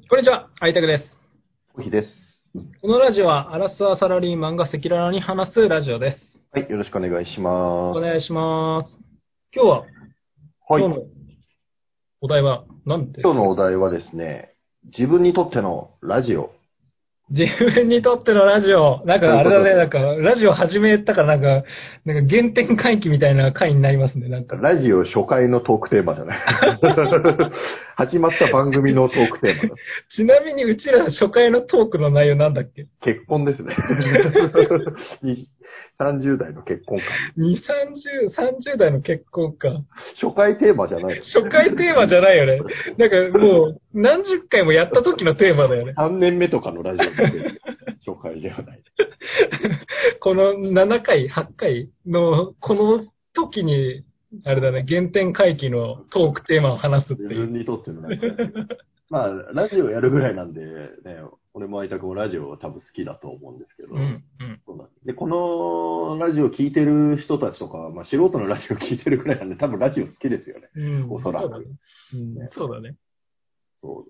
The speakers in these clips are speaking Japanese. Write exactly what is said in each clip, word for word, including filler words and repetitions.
こんにちは、あいたくです。 コヒです。 このラジオは、アラサーサラリーマンが赤裸々に話すラジオです。 はい、よろしくお願いします。 お願いします。今日は、 はい。 今日のお題は何ですか？ 今日のお題はですね、自分にとってのラジオ自分にとってのラジオ。なんというかあれだね、なんことで、 か、ラジオ始めたからなんか、なんか原点回帰みたいな回になりますね、なんか。 ラジオ初回のトークテーマじゃない。始まった番組のトークテーマだ。 ちなみにうちら初回のトークの内容なんだっけ？ 結婚ですね。にさんじゅう代の結婚観。 に、さんじゅう、さんじゅう代の結婚か。 初回テーマじゃないの。 初回テーマじゃないよね。なんかもう、何十回もやった時のテーマだよね。 さんねんめとかのラジオのテーマ。初回ではない。 このななかい、はちかいの、この時に、あれだね、原点回帰のトークテーマを話すっていう。 自分にとってのラジオ。まあ、ラジオやるぐらいなんで、ね、俺も相田君もラジオは多分好きだと思うんですけど、 うん、うん。 そうなんです。で、このラジオ聞いてる人たちとか、まあ素人のラジオ聞いてるぐらいなんで、多分ラジオ好きですよね。 うん、 おそらく。 そうだね。うん、 ね、 そうだね。 そう。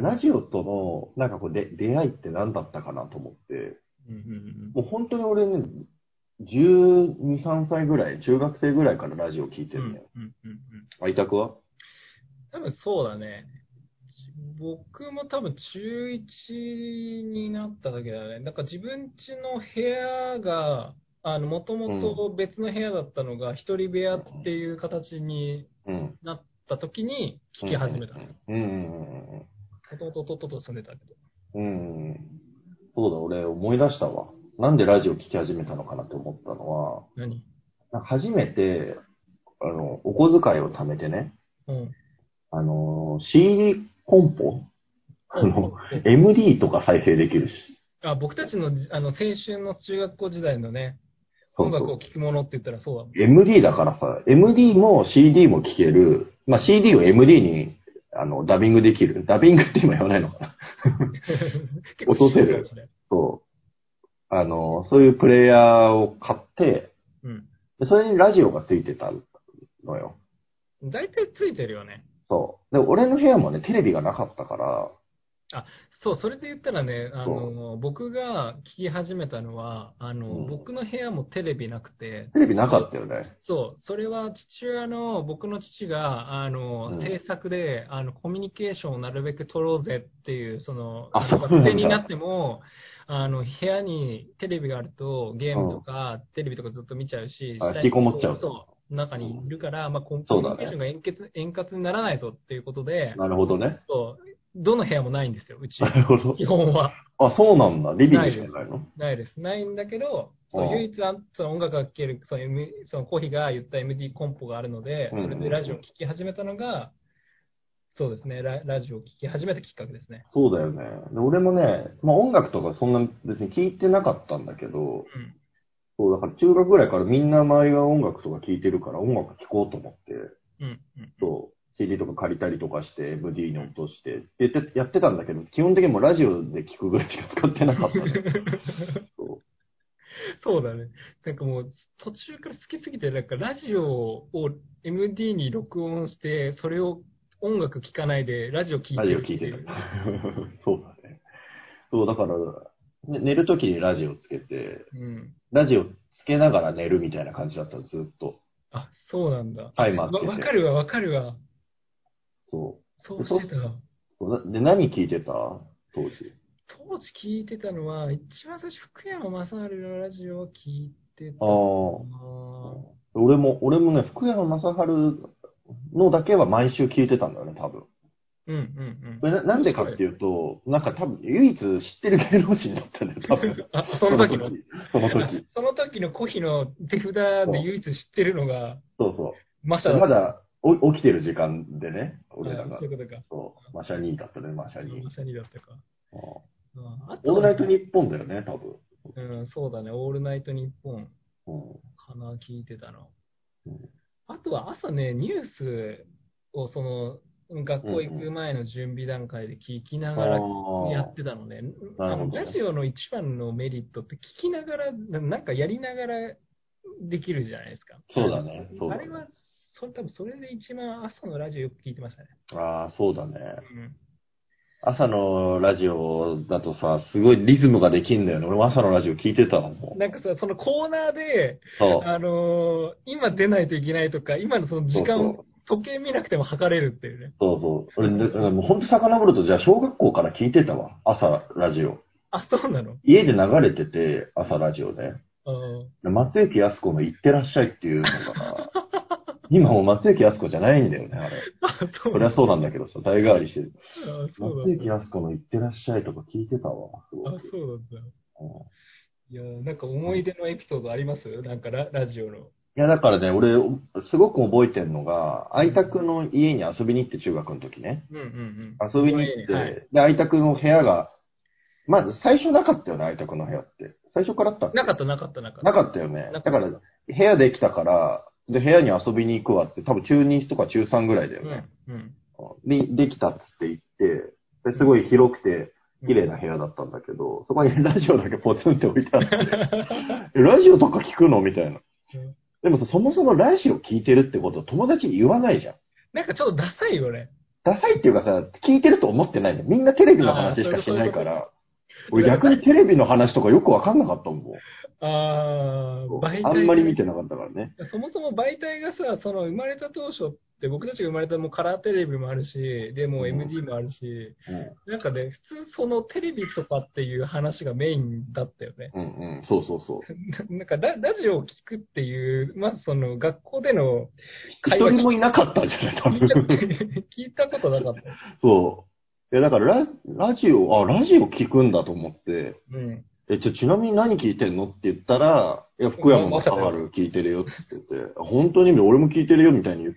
ラジオとの、なんかこうで、出会いって何だったかなと思って、 うん、うん、 もう本当に俺ね、じゅうに、さんさいぐらい、中学生ぐらいからラジオ聞いてうん、うん、 るのよ。 うん、うん。 相田君は？ 多分そうだね。僕も多分中いちになった時だね。なんか自分家の部屋が、あの、もともうん。 と別の部屋だったのが、一人部屋っていう形にうん。 なった時に聞うん。 き始めたね。 うん。うん。 もともと弟と住んでたけど。 うん。うん。そうだ、俺思い出したわ。なんでラジオ聞き始めたのかなと思ったのは、 何？ なんか初めて、あの、お小遣いを貯めてね、 うん。 あの、シーディー コンポあほうほの、 うほうほう。 エムディー とか再生できるし。 あ、僕たちの、あの、青春の中学校時代のね、音楽をそうそ聴くものって言ったらそうだもんう。 ね。 エムディー だからさ、エムディー も シーディー も聴ける。まあ、シーディー を エムディー に、あの、ダビングできる。ダビングって今言わないのかな。 結構落とせる。 シビアですね。 そう。あの、そういうプレイヤーを買って、 うん。 でそれにラジオがついてたのよ。 大体ついてるよね。 そう。で、俺の部屋もね、テレビがなかったから、 あ、そう、それで言ったらね、あその、僕が聞き始めたのは、あう。 の、 うん。 僕の部屋もテレビなくて、 テレビなかそれ、 ったよね。 そう、それは父親の、僕の父が、あの、 うん。 制作で、あの、コミュニケーションをなるべく取ろうぜっていう、その、 あ、 あの、 そう学なんだ。 生になっても、あの、部屋にテレビがあると、ゲームとうん。 か、テレビとかずっと見ちゃうし、 あ、 下に引きこもっちゃこう、 うと。 そう、中にいうん。 るから、まあ、ココミュニケーションそうだね。 が円滑、円滑にならないぞっていうことで、 なるほどね。 そう、どの部屋もないんですよ、うなち。 るほど。 基本は。 あ、そうなんだ。リビングないです。 しかないの？ ないです。ないんだけど、そう、唯うん。 一あその音楽が聴ける、その、M、そのコヒが言った エムディー コンポがあるので、 うんうそれでラジオを聴んうん。 き始めたのが、そうですね、ラ、ラジオを聴き始めたきっかけですね。 そうだよね。で、俺もね、まあ音楽とかそんな別に聞いてなかったんだけど、 うん。 そう、だから中学ぐらいからみんな周りが音楽とか聞いてるから音楽聴こうと思って、 うん。うん。 そう、シーディー とか借りたりとかして エムディー に落として、でやってやってたんだけど、基本的にもうラジオで聞くぐらいしか使ってなかったのよ。そそうだね。なんかもう、途中から好きすぎて、なんかラジオを エムディー に録音して、それを音楽聴かないでラジオ聴う、 いてラジオ聞いてた。 るっていう。 そうだね。そう、だから、ね寝るときにラジオつけて、 うん。 ラジオつけながら寝るみたいな感じだったの、ずっと。 あ、そうなんだ。あ、 タイマーつわ、 けて。 わかるわ、わかるわ。 そう。で、そうす、 そうしてた。 そうで、何聞いてた当時？ 当時聞いてたのは、一番最初、福山雅治のラジオを聞いてあたかあ。 な。 俺も、俺もね、福山雅治のだけは毎週聞いてたんだよね、多分。 うんうんこれな、 うん。 なんでかって面白い。 いうと、なんか多分、唯一知ってる芸能人だったんだよ、多分。 あ、その時の。 その時。そのあ、 時。 その時のコヒの手札でそう唯一知ってるのが、 そうそう。で、 マシャだった。 まだお起きてる時間でね、俺あ、 らが。 そういうことか。 そう。マシャニーだったね、マシャニー。 あ、マシャにだったか。 うん。 あ、あとはね、 オールナイトニッポンだよね、多分。 うん、そうだね、オールナイトニッポンうん。 かな、聞いてたの。 うん。 あとは朝ね、ニュースをその学うん。 校行うん。 く前の準備段階で聞きなあがらやっあ、 てたのね。あの、 なるほどね。 ラジオの一番のメリットって聞きながら、ななんかやりながらできるじゃないですか。ラジそうだね、そうだね。 オ。あれは、それ多分それで一番朝のラジオよく聞いてましたね。 ああ、そうだね。 うん。 朝のラジオだとさ、すごいリズムができんだよね。俺も朝のラジオ聞いてたのもなんかさ、そのコーナーで、 そう。 あのー今出ないといけないとか、今のその時間をそうそう。 時計見なくても測れるっていうね。 そうそう。俺、ねもうほんと遡ると、じゃあ小学校から聞いてたわ。朝ラジオ。 あ、そうなの？ 家で流れてて、朝ラジオで。 うん。 松雪康子の行ってらっしゃいっていうのが、今もう松雪康子じゃないんだよね、あれ。 あ、そうなんだ。 そりゃそうなんだけどさ、代替わりしてる。 あ、そうなんだ。 松雪康子の行ってらっしゃいとか聞いてたわ、すごあ、 く。 そうなんだ。 うんいや、なんか思い出のエピソードあります？なんかラ、ラジオの。 いや、だからね、俺、すごく覚えてるのが、 うん。 愛拓の家に遊びに行って中学の時ね。 うんうんうん。 遊びに行っこの家に、はい。 て、で、愛拓の部屋が、まず最初なかったよね、愛拓の部屋って。最初からあったっけなかった、なかった、なかっなかったよね。 た。なかだから、 った。 部屋できたから、で、部屋に遊びに行くわって、多分中にとか中さんぐらいだよね。 うん、うん、 で、できたっつって言って、でうん、 すごい広くて、 うん。 綺麗な部屋だったんだけど、そこにラジオだけポツンって置いてあって、えラジオとか聞くのみたいな。 うんでもさ、そもそもラジオ聞いてるってことを友達に言わないじゃん。 なんかちょっとダサいよね。 ダサいっていうかさ、聞いてると思ってないじゃん。みんなテレビのああ、 話しかしそういうこと、そういうこと。 ないから、俺なんかだ、 逆にテレビの話とかよくわかんなかったもん。 ああ、 そうあん媒体がね。 まり見てなかったからね。 そもそも媒体がさ、その生まれた当初って僕たちが生まれたもうカラーテレビもあるし、でもううん。 エムディー もあるし、 うん。 なんかね、普通そのテレビとかっていう話がメインだったよね。 うんうん。そうそうそなんかラ、ラジオを聞くっていう、まずその学校でのう。 会話聞一人もいなかったんじゃない多聞いた、 分。 聞いたことなかった。 そう。いや、だからラ、ラジオ、あ、ラジオ聞くんだと思って、 うん。 え、ちょ、ちなみに何聞いてんのって言ったら、いや、福ま、 山雅まさかよ。 治聞いてるよって言ってて、本当に俺も聞いてるよみたいに言って、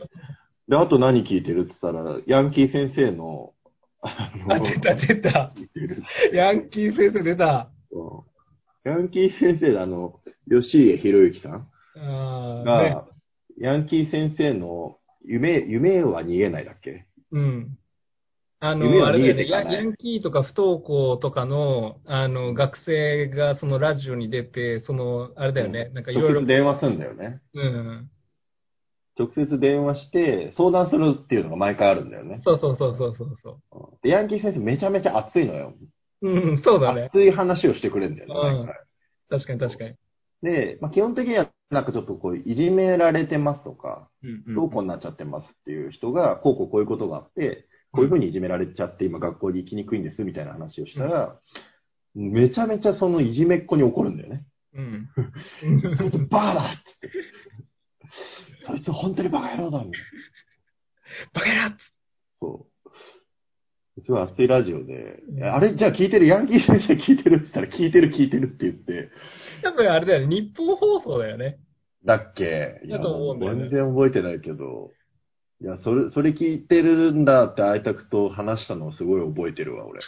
で、あと何聞いてるって言ったら、ヤンキー先生の、ああ、 の、 出た出た。 聞いてるって。 ヤンキー先生出た。 うんヤンキー先生であの、吉家博之さんああ、ね。 が、ヤンキー先生の夢、夢は逃げないだっけうん。あの、 夢は逃げあれだよね。ヤ、 てかない。 ヤンキーとか不登校とかの、あの、 うん学生がそのラジオに出て、その、あれだうん。 よね。なんかい直ろいろ、 接電話するんだよね。 うん。 直接電話して相談するっていうのが毎回あるんだよね。 そうそうそうそうそうそうんで、ヤンキー先生めちゃめちゃ熱いのよ。 う。うん、そうだね。 熱い話をしてくれるんだよね、毎回。 うん。確かに確かに。 で、まあ、基本的にはなんかちょっとこう、いじめられてますとか、 うんう不登校んになっちゃってますっていう人が、こうこうこういうことがあって、 うん。 こういうふうにいじめられちゃって今学校に行きにくいんですみたいな話をしたら、めちゃめちゃそのいじめっ子に怒るんだよね。 うん。うん。 そいつバカだっつって。そいつ本当にバカ野郎だみたいな。 バカ野郎。 そう。すごい熱いラジオで、 うん。 あれじゃあ聞いてるヤンキー先生聞いてるって言ったら聞いてる聞いてるって言って、 多分あれだよね。日本放送だよね。 だっけいやだと思もう全うんだよね。 然覚えてないけど、いや、それ、それ聞いてるんだって愛拓と話したのをすごい覚えてるわ、俺。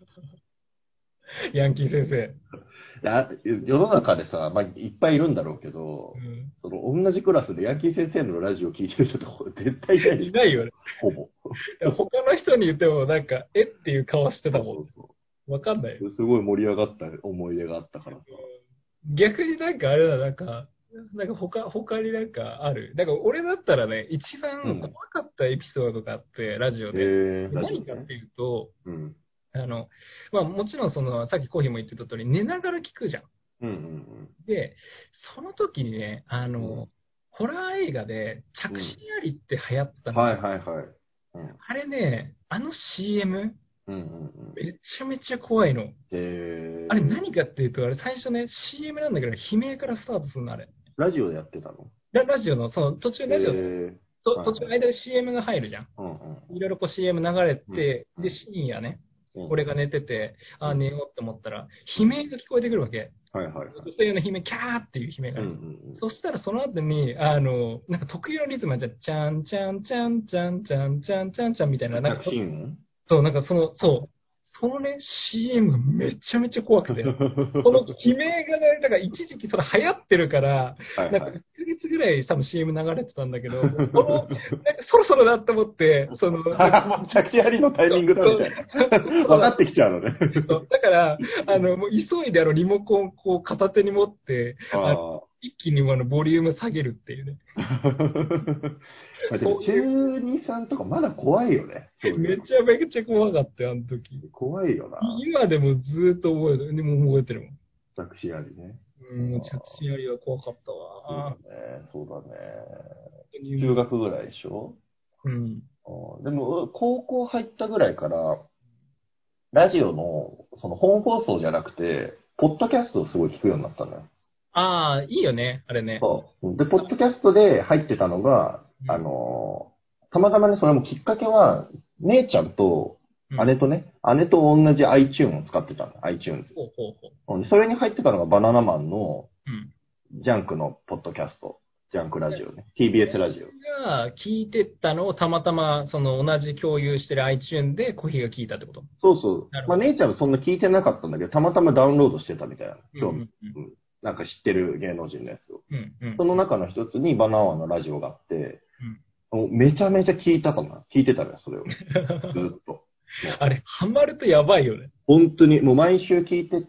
ヤンキー先生。 いや、世の中でさ、まあ、いっぱいいるんだろうけど、 うん。 その、同じクラスでヤンキー先生のラジオ聞いてる人って絶対いないでしょ。 いないよね。 ほぼ。 だから他の人に言ってもなんか、えっていう顔してそうたもん。 そうそわかんないよ。 う。すごい盛り上がった思い出があったからさ。 逆になんかあれだ、なんか、なんか他、他になんかある。なんか俺だったらね、一番怖うん。 かったエピソードがあって、ラジオで。 えー、ラジオね。 何かっていうと、 うん。 あの、まあもちろんその、さっきコーヒーも言ってた通り、寝ながら聞くじゃん。 うんうんで、その時にね、あうん。うん。 の、ホラー映画で着信うん。 ありって流行ったの。 はいはいはい。うん。 あれね、あの シーエム、 うんうんうん。 めちゃめちゃ怖いの。あれえー、 何かっていうと、あれ最初ね、シーエム なんだけど、悲鳴からスタートするの、あれ。 ラジオでやってたのララジオの、その途中えラジオ、 ー、 と途中はいはい。 間で シーエム が入るじゃん。 うんうんいろいろこう シーエム 流れうん。 て、で、 うん。 深夜ね、 うん。 俺が寝てて、あー、 うん。 寝ようって思ったら、悲うん。 鳴が聞こえてくるわけ。 はいはいはい。 女性の悲鳴、キャーっていう悲鳴がうんうね。 んそしたらその後に、あの、なんか特有のリズムがじゃ、ちゃんちゃんちゃんちゃんちゃんちゃんちゃんちゃんみたいな、 うん。 なんか着信音そう、なんかその、そう、そのね、シーエム がめちゃめちゃ怖くて、この悲鳴がね、だから一時期それ流行ってるから、なんかはいはい。 いっかげつぐらい多分 シーエム 流れてたんだけど、この、なんかそろそろだと思って、その、なんか、 もう着地ありのタイそうミングだみたいな。 そうそうだ分かってきちゃうのね。 そうだから、あの、もう急いであのリモコンこう片手に持って、あの、 ああ。 一気にあのボリューム下げるっていうね。 まあでも中に、さんとかまだ怖いよね。 めちゃめちゃ怖かったよ、あの時。 怖いよな。 今でもずーっと覚えてる。でも覚えてるもん。 着信ありね。 うん、着信ありは怖かったわ。 そうだね。そうだね。 本当に中学ぐらいでしょ？ うん。 うん、でも、高校入ったぐらいから、ラジオの、その本放送じゃなくて、ポッドキャストをすごい聞くようになったのよ。 ああ、いいよね、あれね。 そう。で、ポッドキャストで入ってたのが、あうん。 のたまたまね、それもきっかけは、姉ちゃんと、 うん。 姉とね、姉と同じ iTunes を使ってたの、iTunes。 ほうほうほう。 うんそれに入ってたのがバナナマンのうん。 ジャンクのポッドキャスト、ジャンクラジオね、ティービーエス ラジオ。 が聞いてたのをたまたま、その同じ共有してる iTunes でコーヒーが聞いたってこと？ そうそう。まあ、 なるほど。 姉ちゃんはそんな聞いてなかったんだけど、たまたまダウンロードしてたみたいな。 うんう今日、 んうん。 うん。なんか知ってる芸能人のやつを。 うんうんその中の一つにバナナマンのラジオがあって、 うん。 もうめちゃめちゃ聞いたかな。聞いてたのよ、それを。ずっと。もうあれ、ハマるとやばいよね。 本当に、もう毎週聞いてって、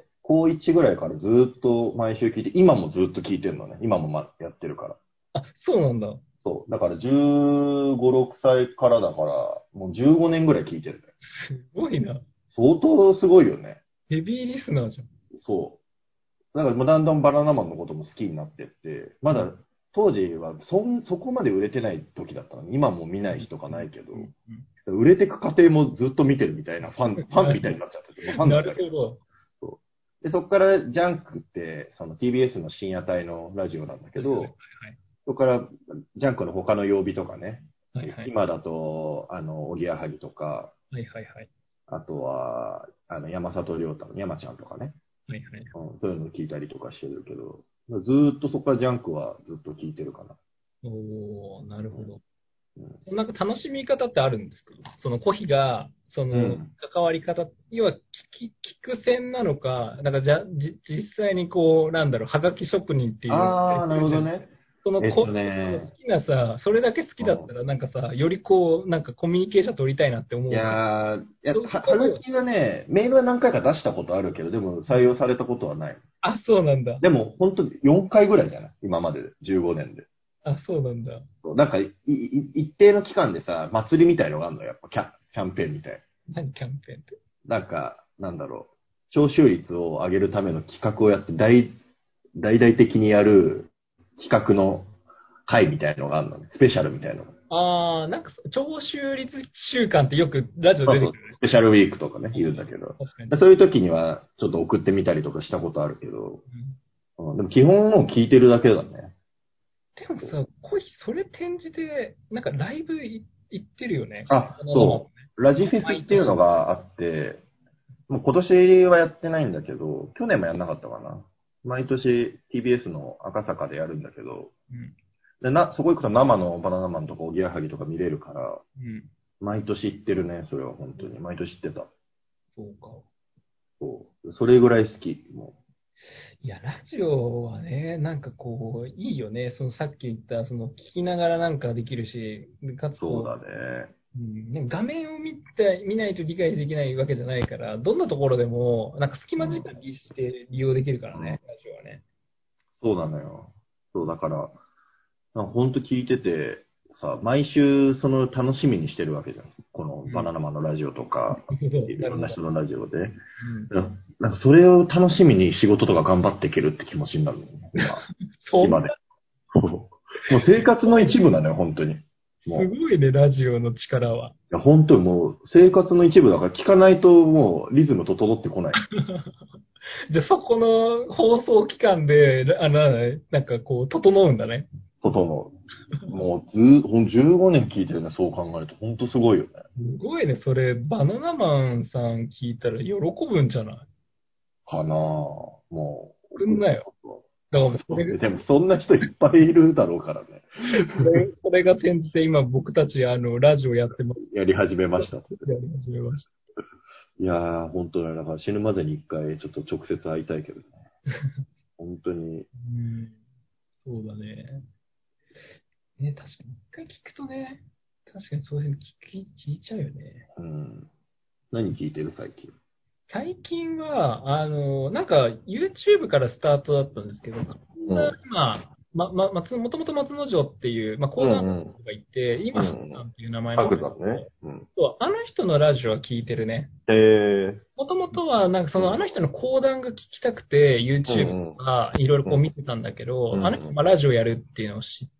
高いちぐらいからずっと毎週聞いて、今もずっと聞いてるのね。今もまやってるから。 あ、そうなんだ。 そう。だからじゅうご、ろくさいからだから、もうじゅうごねんぐらい聞いてるね。 すごいな。 相当すごいよね。 ヘビーリスナーじゃん。 そう。だからもうだんだんバナナマンのことも好きになってって、まだうん当時はそん、そこまで売れてない時だったの。今も見ない人がないけど、 うん売れてく過程もずっと見てるみたいなファン、ファンみたいになっちゃってて、もうファうん。なンなんだけど。 るほど。 そうで、そこからジャンクって、その ティービーエス の深夜帯のラジオなんだけはいはいど、そこからジャンクの他の曜日とかね、 はいはい。 今だと、あの、おぎやはぎとか、 はいはいはい。 あとは、あの、山里亮太の山ちゃんとかね、 はいはい。 うん、そういうの聞いたりとかしてるけど、ずーっとそこからジャンクはずっと聞いてるかな。 おー、なるほど。 うんうんなんか楽しみ方ってあるんですか？そのコヒが、そのうん関わり方、要は聞き、聞く線なのか、なんかじゃ、じ、実際にこう、なんだろう、はがき職人っていうのがいたりああ、なるするじゃん。 ほどね。 そのえっとコヒの好ね、 きなさ、それだけ好きだったら、なんかさ、よりこう、なんかコミュニケーション取りたいなって思いうから、 やー、いや、 そういうは、 ことを、 はがきはね、メールは何回か出したことあるけど、でも採用されたことはない。 あ、そうなんだ。 でも、本当によんかいぐらいじゃない今までで、じゅうごねんで。 あ、そうなんだ。 そうなんかい、い、一定の期間でさ、祭りみたいのがあるのよ。やっぱキャ、キャンペーンみたい。 何キャンペーンって。 なんか、なんだろう。徴収率を上げるための企画をやって大、大々的にやる企画の会みたいのがあるのね。スペシャルみたいなの。 あー、なんか、徴収率週間ってよくラジオそうそう。 出てくるね。 スペシャルウィークとかね、言うんだけど。 確かに。 そういう時には、ちょっと送ってみたりとかしたことあるけど、 うんうん、でも基本もう聞いてるだけだね。 でもさ、コヒ、それ転じて、なんかライブい行ってるよね。 あ、 バナナマンそう。ラジフェスっていうの毎年。 があって、もう今年はやってないんだけど、去年もやんなかったかな。毎年 ティービーエス の赤坂でやるんだけど、 うん。 でな、そこ行くと生のバナナマンとかおぎやはぎとか見れるから、 うん。 毎年行ってるね、それは本当に。毎年行ってた。 そうか。 そう。それぐらい好き。もいや、ラジオはね、なんかこう、いいよね。そのさっき言った、その聞きながらなんかできるし、かう。 つこそうだね。 う、うん、なんか画面を見て、見ないと理解できないわけじゃないから、どんなところでも、なんか隙間時間にして利用できるからうん。 ね、ラジオはね。 そうなのよ。そう、だから、なんか本当聞いてて、さ、毎週その楽しみにしてるわけじゃん。このうん。 バナナマンのラジオとか、 なるほど、 いなるほど。 ろんな人のラジオで。 うん。 ななんかそれを楽しみに仕事とか頑張っていけるって気持ちになるの今、 そんな、 今で。そうもう生活の一部なのよ、本当に。もすごいね、ラジオの力は。 う、いや本当にもう生活の一部だから聞かないともうリズム整ってこない。 で、そこの放送期間で、あの、なんかこう、整うんだね。 整う。もうずー、ほんじゅうごねん聞いてるね、そう考えると。本当すごいよね。 すごいね、それ、バナナマンさん聞いたら喜ぶんじゃない？ かなぁ。もう、 くんなよ。だからもうそれ、 そうね。でもそんな人いっぱいいるだろうからね。 それ、それが転じて今僕たち、あの、ラジオやってます。 やり始めましたって。 やり始めましいやー、本当ね、だから死ぬまでに一回ちょっと直接会いたいけどね。本当に。 た。うん、そうだね。ね、確かに、一回聞くとね、確かにそういうふうに聞き、聞いちゃうよね。 うん。何聞いてる最近。 最近は、あの、なんか、YouTube からスタートだったんですけど、完んな、今、ま、ま、松、もともと松之丞っていう、まあ、講談師がいて、今、 うん白さんっていう名前なん白だけど、 山ね。うん。 そうあの人のラジオは聞いてるね。 ええもともとは、なんかその、あうん。 の人の講談が聞きたくて、 う YouTube んとか、いろいろうん。 こう見てたんだけど、あの人、 うん。 まあ、ラジオやるっていうのを知って、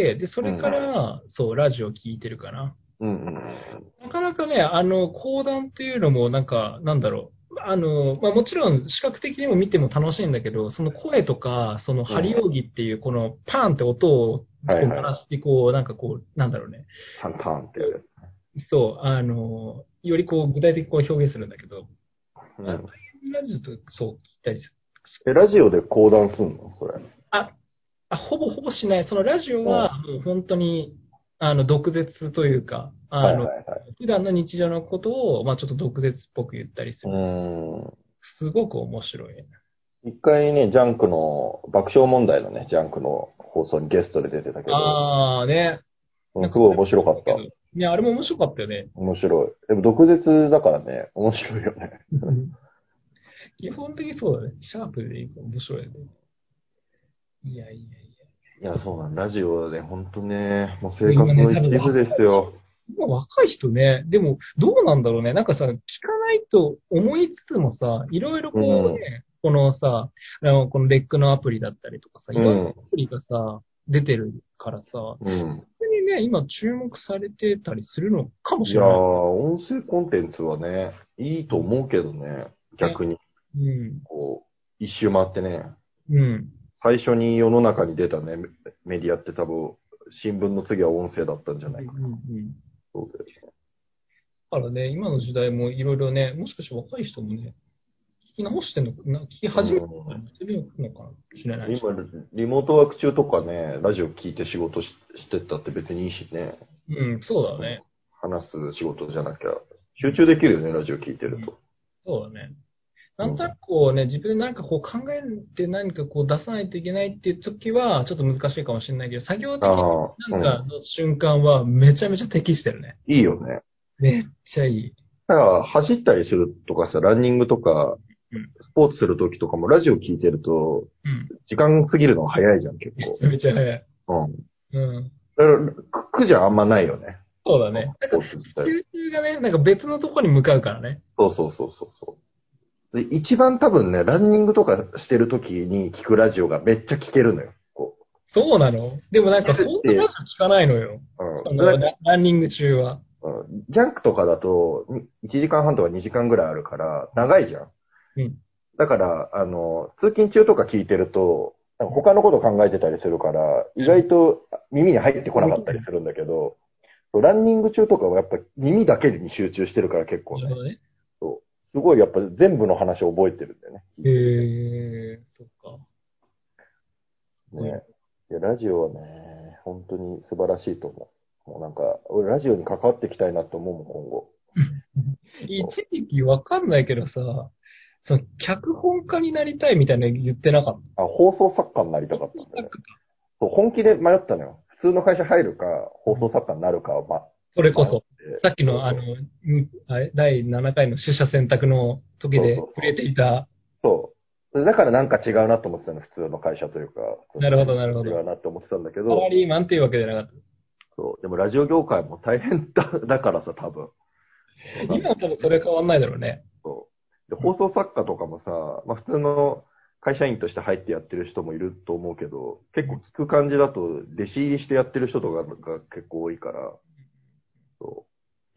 で、それかうん。 ら、そう、ラジオ聞いてるかな。 うん。うん。 なかなかね、あの、講談っていうのも、なんか、なんだろう。あの、まあ、もちろん視覚的にも見ても楽しいんだけど、その声とか、そのうん。 張り扇っていう、このパーンって音をこう鳴はいはい。 らして、こう、なんかこう、なんだろうね。 タンタンってやる。 そう、あの、よりこう、具体的にこう表現するんだけど、ああいうん。 うラジオとそう聞いたりする。 え、ラジオで講談すんのそれ。 あ、あ、ほぼほぼしない。そのラジオうん。 はもう本当に、あの、毒舌というか、あの、 はいはいはい。 普段の日常のことを、まあちょっと毒舌っぽく言ったりすうる。 ーん。 すごく面白い。 一回ね、ジャンクの、爆笑問題のね、ジャンクの放送にゲストで出てたけど、 あーね。 うん、 なんかそれもすごい面白かった。 だけど、ね、あれも面白かったよね。 面白い。でも毒舌だからね、面白いよね。 基本的にそうだね。シャープでいいから面白いよね。いやいやいいや、そうなん、ラジオで本当ね、もうや。 生活今ね、多分若い、 の一部ですよ。 今若い人ね、でもどうなんだろうね。なんかさ、聞かないと思いつつもさ、いろいろうこうん、 ね、このさ、あの、このレックのアプリだったりとかさ、いろんなアうん、 プリがさ、出てるからさ、本うん。 当にね、今注目されてたりするのかもいやー、 しれない。 音声コンテンツはね、いいと思うけどね、 ね。 逆に、 うん。 こう、一周回ってね、 うん。 最初に世の中に出たね、メメディアって多分、新聞の次は音声だったんじゃうん。うないかな。 ん。 そうだよね。 だからね、今の時代もいろいろね、もしかして若い人もね、聞き直してんのかな、聞き始めてうんるのかもしれないし。 今、リモートワーク中とかね、ラジオ聞いて仕事し、してったって別にいいしね。 うん、そうだうんね。 話す仕事じゃなきゃ、集中できるよね、ラジオ聞いてるうん、 と。 そうだね。なんとなうん。 くこうね、自分でなんかこう考えて何かこう出さないといけないっていう時は、ちょっと難しいかもしれないけど、作業的ああ、 なんかうん。 の瞬間はめちゃめちゃ適してるね。 いいよね。 めっちゃいい。 だから走ったりするとかさ、ランニングとか、 うん。 スポーツするときとかもラジオ聞いてると、 うん。 時間過ぎるのが早いじゃん、結構。 めちゃめちゃ早い。 うん。 うん。 だから苦苦じゃあんまないよね。 そうだね。なんか、 スポーツ自体。 集中がね、なんか別のとこに向かうからね。 そうそうそうそうそう。で、一番多分ね、ランニングとかしてるときに聞くラジオがめっちゃ聞けるのよ。こそうなの？でもなんかそう。聞けるって、 んなラジオ聞かないのよ。そうん。で、なんの、 かラランニング中は。 うんジャンクとかだと、いちじかんはんとかにじかんぐらいあるから、長いじゃん。 うん。 だから、あの、通勤中とか聞いてると、なんか他のこと考えてたりするから、意外と耳に入ってこなかったりするんだけど、ランニング中とかはやっぱ耳だけに集中してるから結構ね。 なるほどね。 そうすごいやっぱ全部の話を覚えてるんだよね。聞いへてるえ、そっか。すと。 ごいね。 ね。いや、ラジオはね、本当に素晴らしいと思う。もうなんか、俺ラジオに関わっていきたいなと思うもん、今後。 一そ時期わかんないけどさ、その脚本家になりたいみたいなの言ってなかっうあ、放送作家になりた。 たかったんだよね。 なんかそう、本気で迷ったのよ。普通の会社入るか、放送作家になるかを、ま、迷っそれこそ、さって。 きのあの、 そうそう。 にあれだいななかいの取捨選択の時そうで触れそうそう。 ていた。 そう。だからなんか違うなと思ってたの、普通の会社というか、普通のなるほど、 会社なるほど。 と違うなって思ってたんだけサラど、 リーマンっていうわけじゃなかっそう。でもラジオ業界も大変だ、だからさ、多分。そうた。 なん今は多分それ変わんないだろうね。 そうで、放送作家とかもさ、まあ普通の会社員として入ってやってる人もいると思うけど、結構聞く感じだと、弟子入りしてやってる人とかが結構多いから、そう。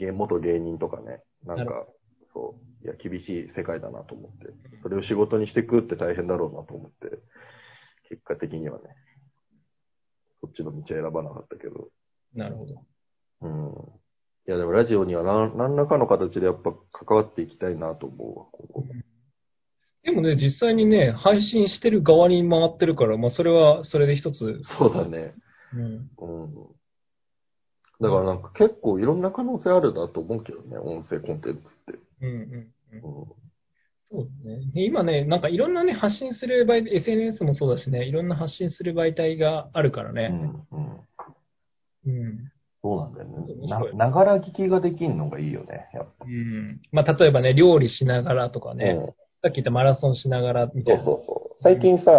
芸元芸人とかね、なんなるほか、そう。いや、厳しい世界だなと思って、それを仕事にしていくって大変だろうなと思って、結果的にはね、そっちの道は選ばなかったけど、 ど。なるほど。 うん。いや、でもラジオには何何らかの形でやっぱ関わっていきたいなと思うわ、今後も。 でもね、実際にね、配信してる側に回ってるから、まあそれはそれで一つ。 そうだね。 うん。 うん。だからなんか結構いろんな可能性あるなと思うけどね、音声コンテンツって。 うんうんうん。 うそうね。で今ね、なんかいろんなね、発信する媒体、エスエヌエス もそうだしね、いろんな発信する媒体があるからん。うね。 ん。うん。 うん。 そうなんだよね。な、 面白い。 ながら聞きができるのがいいよね、やっぱ。 うん。まあ例えばね、料理しながらとかね、 うん。 さっき言ったマラソンしながらみたいな。 そうそうそう。 うん。 最近さ、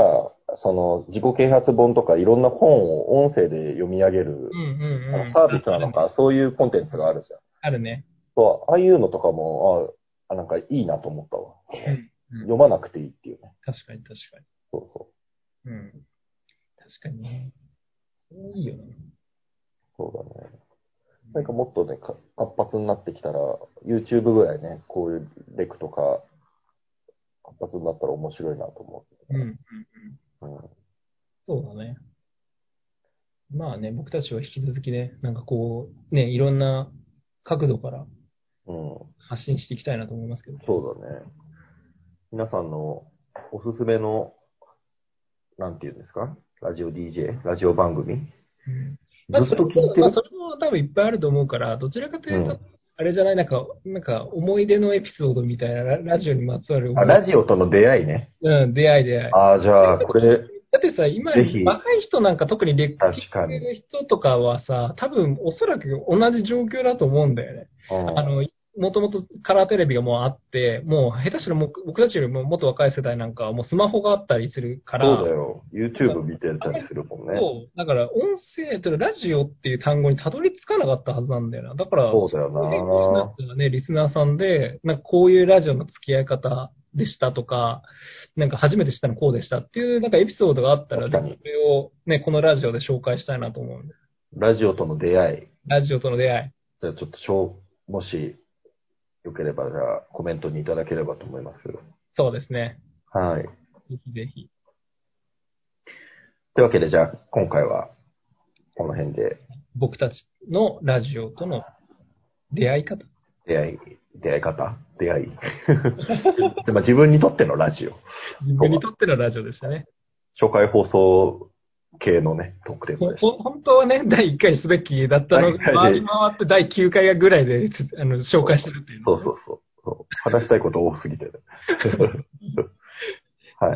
その自己啓発本とかいろんな本を音声で読み上げる、 うんうんうん。 あのサービスなのか、そういうコンテンツがあるじゃん。 あるね。 そう、ああいうのとかも、あ、なんかいいなと思ったわ。 うんうん、 読まなくていいっていうね。 確かに確かに。 そうそうん。確かにね。いいよな。 う。そうだね。なんかもっとね、か活発になってきたら、YouTube ぐらいね、こういうレクとか、活発になったら面白いなと思うんうんうん。 う。うん。 そうだね。まあね、僕たちは引き続きね、なんかこう、ね、いろんな角度からうん。 発信していきたいなと思いますけど。 そうだね。皆さんのおすすめの、なんていうんですかラジオ ディージェー、ラジオ番組うん、まあ、 ずっとそれも、まあ、 聞いてるそれも多分いっぱいあると思うから、どちらかというと、 うん。 あれじゃない、なんか、なんか思い出のエピソードみたいな、ララジオにまつわるあ、 思い、 ラジオとの出会いね。 うん、出会い出会い。 ああ、じゃあ、これ、 だってさ、今、 ぜひ、 若い人なんか特に歴聞い確かに。 てる人とかはさ、多分おそらく同じ状況だと思うんだよね。 うん。 あの、もともとカラーテレビがもうあって、もう下手したらもう僕たちよりももっと若い世代なんかはもうスマホがあったりするから、 そうだよ。 なんか YouTube 見てたりするもんね。 そう、だから音声というかラジオっていう単語にたどり着かなかったはずなんだよな。だから、 そうだよその辺リスナーがね、リスナーさんで、なんかこういうラジオの付き合い方でしたとか、なんか初めて知ったのこうでしたっていうなんかエピソードがあったな。 ら、 確かに。 それをね、このラジオで紹介したいなと思うんです。 ラジオとの出会い。 ラジオとの出会い。 じゃあちょっとしょう、もしよければ、じゃあコメントにいただければと思います。 そうですね。 はい。 ぜひぜひ。 というわけで、じゃあ今回はこの辺で僕たちのラジオとの出会い方。 出会い、出会い方出会い。でまあ自分にとってのラジオ自分にとは、 とってのラジオでしたね。 初回放送系のね、トークテーマでしほほ本当はね、だいいっかいすべきだったた。 のが、 大体で、 回り回ってだいきゅうかいぐらいであの紹介してるっていう、ね。 そうそうそうそう。話したいこと多すぎてね。はい。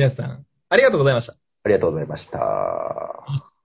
で、今日は皆さん、ありがとうございました。 ありがとうございました。